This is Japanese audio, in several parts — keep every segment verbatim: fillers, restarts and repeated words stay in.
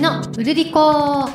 のウルリコ。はい、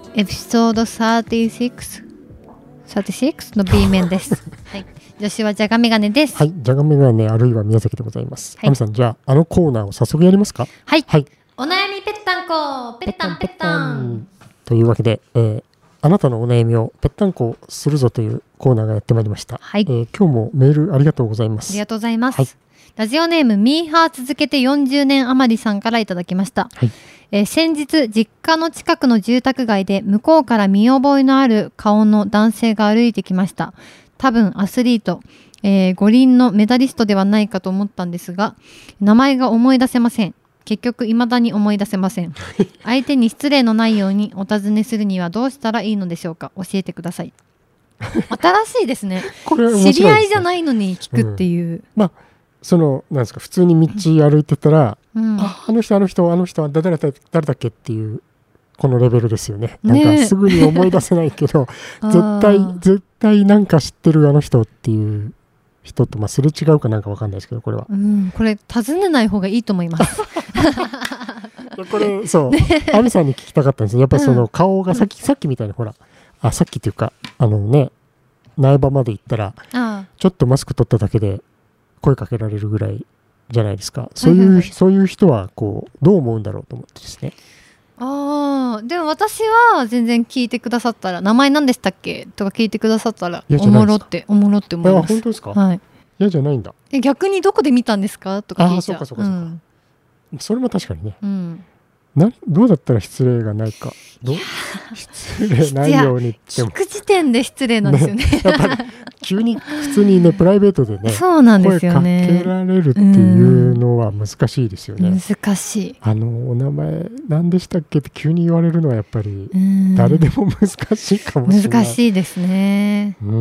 エピソードさんじゅうろく、さんじゅうろくの B 面です。はい、女子はじゃがメガネです。 はい、じゃがメガネあるいは宮崎でございます。 はい、 あみさん、じゃああのコーナーを早速やりますか。 はい、 はい、 お悩みぺったんこぺったんぺったんというわけで、えー、あなたのお悩みをぺったんこするぞというコーナーがやってまいりました。 はい、 えー、今日もメールありがとうございます。 ありがとうございます。 はい、 ラジオネームミーハー続けてよんじゅうねん余りさんからいただきました。 はい、 えー、先日実家の近くの住宅街で向こうから見覚えのある顔の男性が歩いてきました。多分アスリート、えー、五輪のメダリストではないかと思ったんですが、名前が思い出せません。結局未だに思い出せません。相手に失礼のないようにお尋ねするにはどうしたらいいのでしょうか。教えてください。新しいですね。 これ面白いですね。 知り合いじゃないのに聞くっていう、うん、 まあそのなんですか、普通に道歩いてたら、うん、あ, あの人あの人あの人は誰だ誰だっけっていうこのレベルですよね。なんかすぐに思い出せないけど、ね、絶対絶対なんか知ってるあの人っていう人と、まあ、すれ違うかなんかわかんないですけど、これは、 うん、これ尋ねない方がいいと思いますこれそう亜美さんに聞きたかったんですよ。やっぱりその顔がさっき、うん、さっきみたいにほらあさっきっていうかあのね苗場まで行ったらあちょっとマスク取っただけで声かけられるぐらいじゃないですか。そういう、 はいはいはい、 そういう人はこうどう思うんだろうと思ってですね。 あでも私は全然聞いてくださったら、名前何でしたっけとか聞いてくださったらおもろっておもろって思います。 あ、本当ですか。 はい、 嫌じゃないんだ。 え逆にどこで見たんですかとか聞いちゃう。 あ、そうかそうかそうか、うん、それも確かにね、 うん、 などうだったら失礼がないか、どう失礼ないようにっても聞く時点で失礼なんですよね。 ねやっぱり急に普通にねプライベートでねそうなんですよね、 声かけられるっていうのは難しいですよね。 難しい。 あのお名前何でしたっけって急に言われるのはやっぱり誰でも難しいかもしれない。 難しいですね、うん、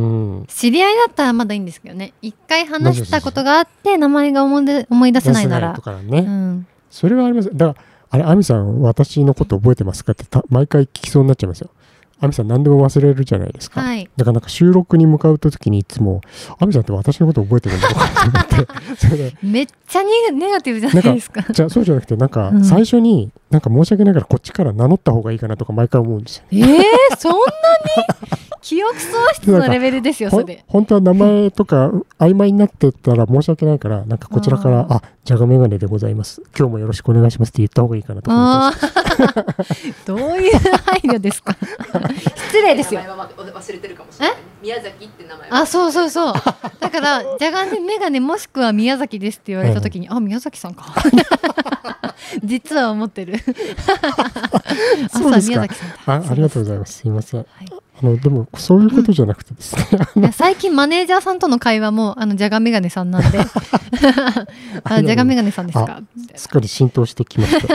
知り合いだったらまだいいんですけどね。一回話したことがあって名前が思い出、思い出せないならとからね、 うん、 それはあります。だからあれ、アミさん私のこと覚えてますかってた毎回聞きそうになっちゃいますよ。アミさん何でも忘れるじゃないですか、 はい、 だからなんか収録に向かうときにいつもアミさんって私のこと覚えてるんだとかって思ってそれでめっちゃネガティブじゃないですか。 じゃあそうじゃなくてなんか最初になんか申し訳ないからこっちから名乗った方がいいかなとか毎回思うんですよ、ね、 えー、そんなに記憶喪失のレベルですよそれ。 本当は名前とか曖昧になってたら申し訳ないからなんかこちらからあじゃがメガネでございます今日もよろしくお願いしますって言った方がいいかなとか思ってます。 どういう配慮ですか失礼ですよ。 名前は忘れてるかもしれない。宮崎って名前は。 あ、そうそうそう。だからじゃがメガネもしくは宮崎ですって言われたときに、うん、あ、宮崎さんか。実は思ってる。 そうですか。宮崎さん。あ、ありがとうございます。すいません。はい、あのでもそういうことじゃなくてですね。 うん、最近マネージャーさんとの会話もあのじゃがメガネさんなんで、あ、じゃがメガネさんですか。 すっかり浸透してきました。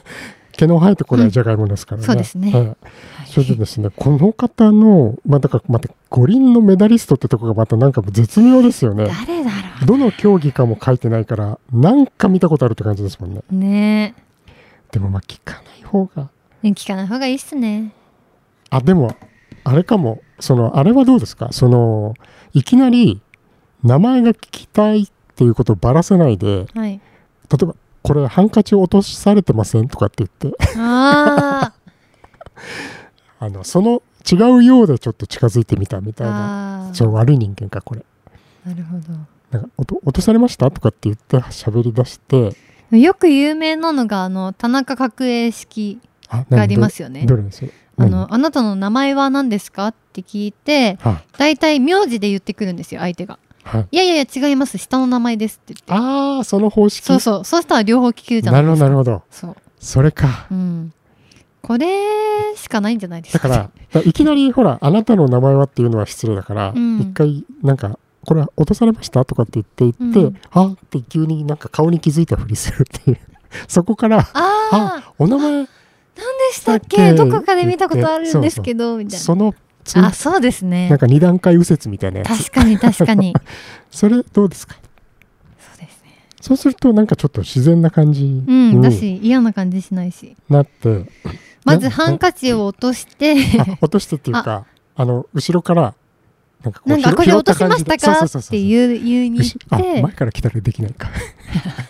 毛の生えてこないじゃがいもですからね、うん、 そうですね、 はい、それでですねこの方の、まあ、だからまた五輪のメダリストってとこがまたなんか絶妙ですよね。 誰だろう。 どの競技かも書いてないからなんか見たことあるって感じですもんね。 ねえ。 でもまあ聞かない方が聞かない方がいいっすね。 あ、でもあれかも、そのあれはどうですか、そのいきなり名前が聞きたいっていうことをばらさないで、 はい、 例えばこれハンカチ落とされてませんとかって言ってああのその違うようでちょっと近づいてみたみたいな、そう悪い人間かこれ。 なるほど。 なんか落と、落とされましたとかって言って喋り出して、 よく有名なのがあの田中角栄式がありますよね。 どれですよ。 あのあなたの名前は何ですかって聞いて、だいたい名字で言ってくるんですよ相手が。はい、いやいやいや違います下の名前ですって言って。 ああ、その方式。 そうそう、そうしたら両方聞けるじゃないですか。 なるほどなるほど。 そう、 それか、 うん、これしかないんじゃないですか。 だからいきなりほらあなたの名前はっていうのは失礼だから、うん、一回なんかこれは落とされましたとかって言って言って、うん、あって急になんか顔に気づいたふりするっていうそこからああお名前何でしたっけ、どこかで見たことあるんですけどみたいな。 そのあ、そうですね。 なんか二段階右折みたいなやつ。 確かに確かに。 それどうですか。 そうですね。 そうするとなんかちょっと自然な感じに、 うん、だし嫌な感じしないし。 なって。 まずハンカチを落として落としてっていうかあの後ろからなんかこうなんかこれ落としましたかっていう言うに行って、 あ前から来たらできないか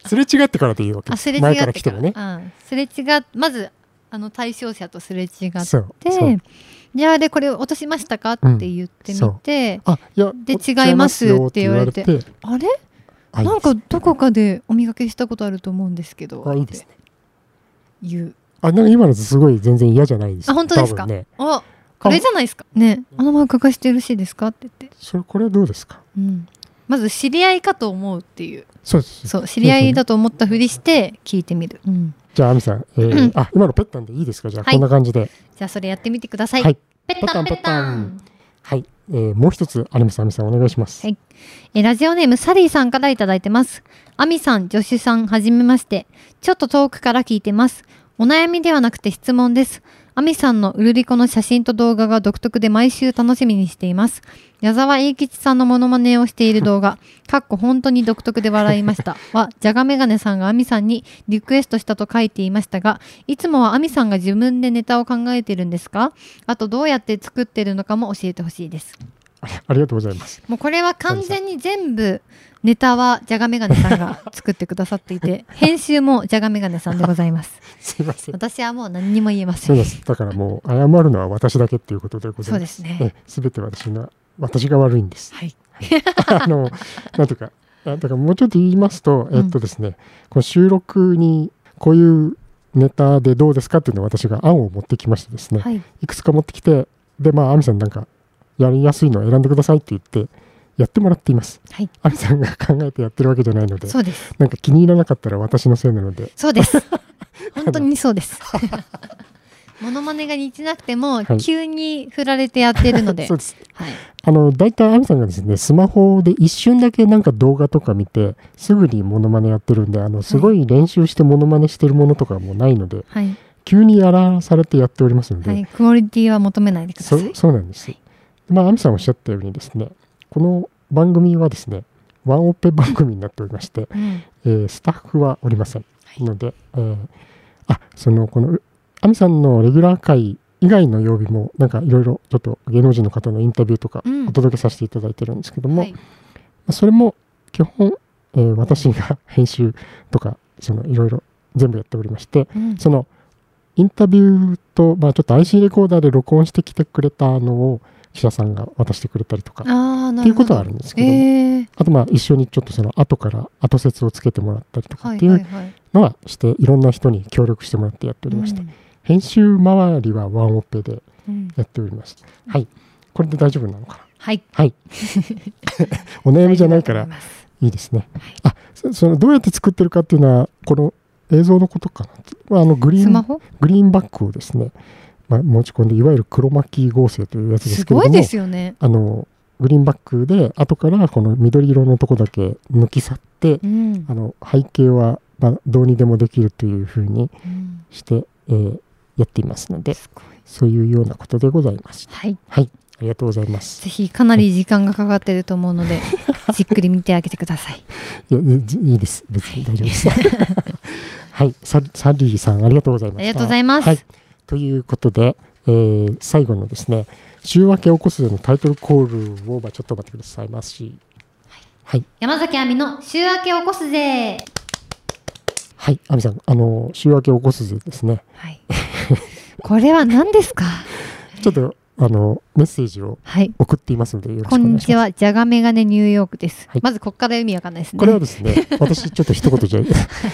すれ違ってからでいいわけです。 あすれ違ってから前から来てもね、 うん、すれ違まずあの対象者とすれ違ってそうそうじゃあでこれ落としましたかって言ってみて、 うん、あいやで違いますって言われて、あれあなんかどこかでお見かけしたことあると思うんですけど、 あいいですね言う。 あなんか今のすごい全然嫌じゃないです。 あ本当ですか、 ね、 あこれじゃないですかね。あのまま書かせてよろしいですかって言って、 それこれどうですか、 うん、まず知り合いかと思うっていう、 そうですそう知り合いだと思ったふりして聞いてみる、うん、 じゃあ亜美さん、えーうん、あ今のペッタンでいいですか。じゃあ、はい、こんな感じでじゃあそれやってみてください。 はい、 ペッタンペッタン。 はい、えー、もう一つアニメさん亜美さんお願いします。 はい、えラジオネームサリーさんからいただいてます。亜美さん、助手さん、はじめまして。ちょっと遠くから聞いてます。お悩みではなくて質問です。亜美さんのウルリコの写真と動画が独特で毎週楽しみにしています。矢沢永吉さんのモノマネをしている動画、かっこ本当に独特で笑いましたは、じゃがメガネさんが亜美さんにリクエストしたと書いていましたが、いつもは亜美さんが自分でネタを考えているんですか？あとどうやって作っているのかも教えてほしいです。 ありがとうございます。 もうこれは完全に全部ネタはじゃがメガネさんが作ってくださっていて編集もじゃがメガネさんでございます。 すいません、 私はもう何にも言えません。 そうです。だからもう謝るのは私だけっていうことでございます。 そうですね。 すべて私の私が悪いんです。 はい。 あのなんとかだからもうちょっと言いますと、えっとですね、うん、この収録にこういうネタでどうですかっていうのを私が案を持ってきましてですね、はい、いくつか持ってきて、でまあ亜美さんなんかやりやすいのを選んでくださいって言ってやってもらっています。はい、亜美さんが考えてやってるわけじゃないので、 そうです。 なんか気に入らなかったら私のせいなので。 そうです。本当にそうです。モノマネが似てなくても、はい、急に振られてやってるので。 そうです。はい。あのだいたい亜美さんがですね、スマホで一瞬だけなんか動画とか見てすぐにモノマネやってるんで、あのすごい練習してモノマネしてるものとかもないので、はい、急にやらされてやっておりますので、 はい、クオリティは求めないでください。 そ, そうなんです。まあ亜美さんおっしゃったようにですね、この番組はですねワンオペ番組になっておりまして、うんえー、スタッフはおりませんので、はいえー、あそのこの亜美さんのレギュラー回以外の曜日もなんかいろいろちょっと芸能人の方のインタビューとかお届けさせていただいてるんですけども、うんはいまあ、それも基本、えー、私が編集とかそのいろいろ全部やっておりまして、うん、そのインタビューと、まあ、ちょっと アイシー レコーダーで録音してきてくれたのを記者さんが渡してくれたりとかっていうことはあるんですけど、えー、あとまあ一緒にちょっとその後から後説をつけてもらったりとかっていうのはしていろんな人に協力してもらってやっておりまして、うん、編集周りはワンオペでやっております、うん、はいこれで大丈夫なのかな。はい、はい、お悩みじゃないからいいですね、はい、あ そ, そのどうやって作ってるかっていうのはこの映像のことかな。あのグリーングリーンバックをですねまあ、持ち込んでいわゆる黒巻き合成というやつですけれども、すごいですよね。あのグリーンバックで後からこの緑色のとこだけ抜き去って、うん、あの背景はまあどうにでもできるというふうにして、うんえー、やっていますので、そういうようなことでございます。はい、はい、ありがとうございます。 ぜひかなり時間がかかっていると思うので、じっくり見てあげてください。 いやいいです別に大丈夫です。はいサ、サリーさんありがとうございました。 ありがとうございます。 はいということで、えー、最後のですね週明け起こすのタイトルコールを、まあ、ちょっと待ってくださいまし、 はいはい、山崎亜美の週明け起こすぜ。 はい亜美さんあの週明け起こすぜですね、はい、 これは何ですか。 ちょっとあのメッセージを送っていますので、はい、よろしくお願いします。こんにちはじゃがメガネニューヨークです、はい、まずここから意味わかんないですね。 これはですね私ちょっと一言じゃ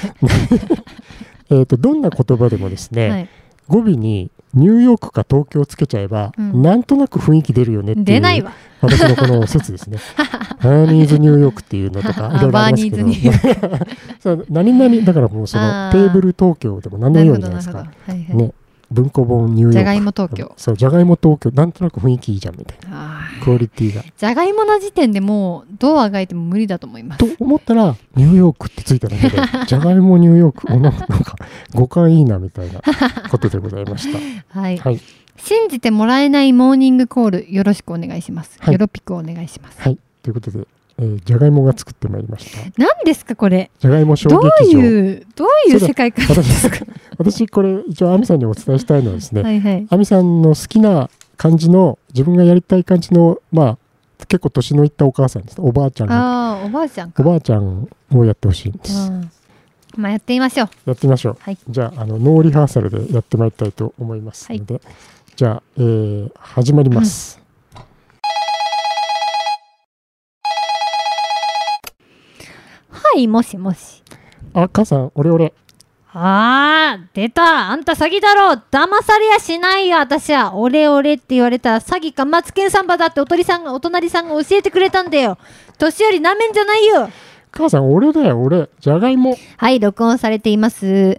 えとどんな言葉でもですね、はい語尾にニューヨークか東京つけちゃえば、うん、なんとなく雰囲気出るよねっていう出ないわ私のこの説ですね。バーニーズニューヨークっていうのとかいろいろありますけどそう何々だからもうそのテーブル東京でも何でもいいわけじゃないですか、はいはい、ね文庫本ニューヨークじゃがいも東京そうじゃがいも東京なんとなく雰囲気いいじゃんみたいなクオリティがじゃがいもの時点でもうどうあがいても無理だと思いますと思ったらニューヨークってついただけでじゃがいもニューヨークおなんか語感いいなみたいなことでございました、 はい、はい、信じてもらえないモーニングコールよろしくお願いします、はい、よろぴくお願いします。 はいということでえー、じゃがいもが作ってまいりました。 何ですかこれ。 じゃがいも小劇場。 どういうどういう世界観ですか。 私これ一応亜美さんにお伝えしたいのはですね、はいはい、亜美さんの好きな感じの自分がやりたい感じのまあ結構年のいったお母さんです、おばあちゃんあおばあちゃんかおばあちゃんをやってほしいんです。 まあやってみましょう。 やってみましょう。 はい、 じゃあ、あのノーリハーサルでやってまいりたいと思いますので、はい、じゃあ、えー、始まります。うん、 はい、もしもし。 あ、母さん、俺俺。 あー、出た。あんた詐欺だろ。騙されやしないよ。私はオレオレって言われたら詐欺かマツケンサンバだっておとりさんがお隣さんが教えてくれたんだよ。年寄りなめんじゃないよ。 母さん、俺だよ、俺。じゃがいも。 はい、録音されています。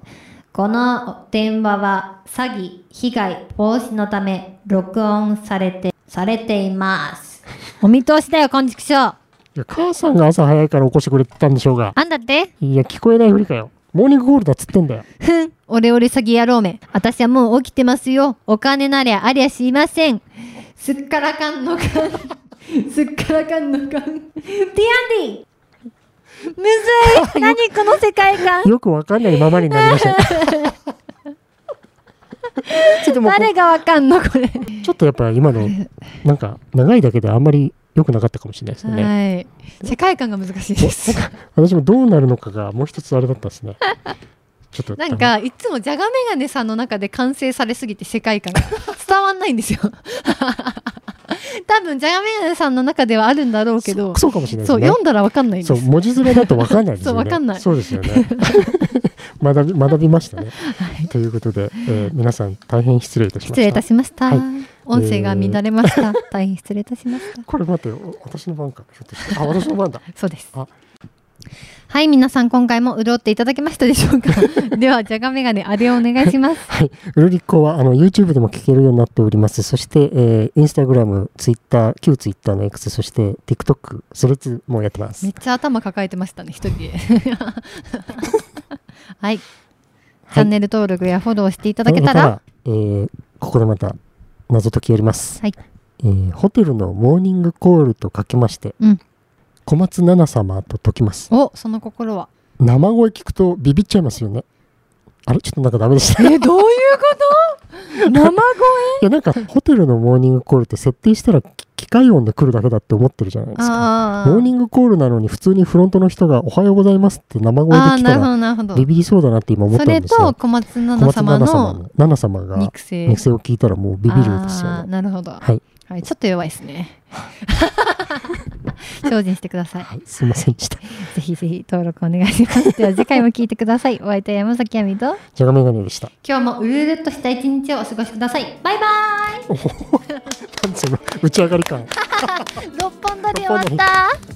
この電話は詐欺被害防止のため録音されてされています。お見通しだよ、こんちくしょう。 いや、母さんが朝早いから起こしてくれてたんでしょうが。 あんだって。 いや、聞こえないふりかよ。モーニングコールだっつってんだよ。 ふん、オレオレ詐欺野郎め。私はもう起きてますよ。お金なりゃありゃしません。すっからかんのかん。すっからかんのかん。ティアンディむずい。何この世界観。 よくわかんないままになりました。 ちょっともう誰がわかんのこれ。 ちょっとやっぱ今のなんか長いだけであんまり良くなかったかもしれないですよね。 はい。世界観が難しいです。 私もどうなるのかがもう一つあれだったですね。ちょっとなんかいつもじゃがメガネさんの中で完成されすぎて世界観が伝わんないんですよ。多分じゃがメガネさんの中ではあるんだろうけど、 そ, そうかもしれないですね。 そう読んだらわかんないんです。 そう文字面だとわかんないですよね。 そうわかんない。 そうですよね。学び学びましたね。はい、ということで、えー、皆さん大変失礼いたしました。 失礼いたしました。はい、音声が乱れました。えー、大変失礼いたしました。 これ待ってよ、私の番か。ひょっとして。あ、私の番だ。 そうです。あ、はい、皆さん今回も潤っていただけましたでしょうか。ではじゃがメガネあれをお願いします。 はい、うるりっこはあの YouTube でも聞けるようになっております。そして、えー、Instagram、Twitter、旧 Twitter の X、そして TikTok、スレッズもやってます。 めっちゃ頭抱えてましたね、一人で。はい。チャンネル登録やフォローしていただけたら、はい、 えー、ここでまた謎解きやります。 はい、 えー、ホテルのモーニングコールとかけまして、うん、小松菜奈様と解きます。 お、その心は生声聞くとビビっちゃいますよね。あれちょっとなんかダメでした。 え、どういうこと生声。 いや、なんかホテルのモーニングコールって設定したら機械音で来るだけだって思ってるじゃないですか。モーニングコールなのに普通にフロントの人がおはようございますって生声で来たらビビりそうだなって今思ったんですよ。 それと小松菜奈様の奈々様が肉声肉声を聞いたらもうビビるんですよね。 なるほど。 はい、 はい、ちょっと弱いですね。精進してください。 はい、すみませんでした。 ぜひぜひ登録お願いします。では次回も聞いてください。お相手は山崎亜美とじゃがメガネでした。 今日もうるうるっとした一日をお過ごしください。バイバーイ。 なんその打ち上がり感。 六本撮り終わった。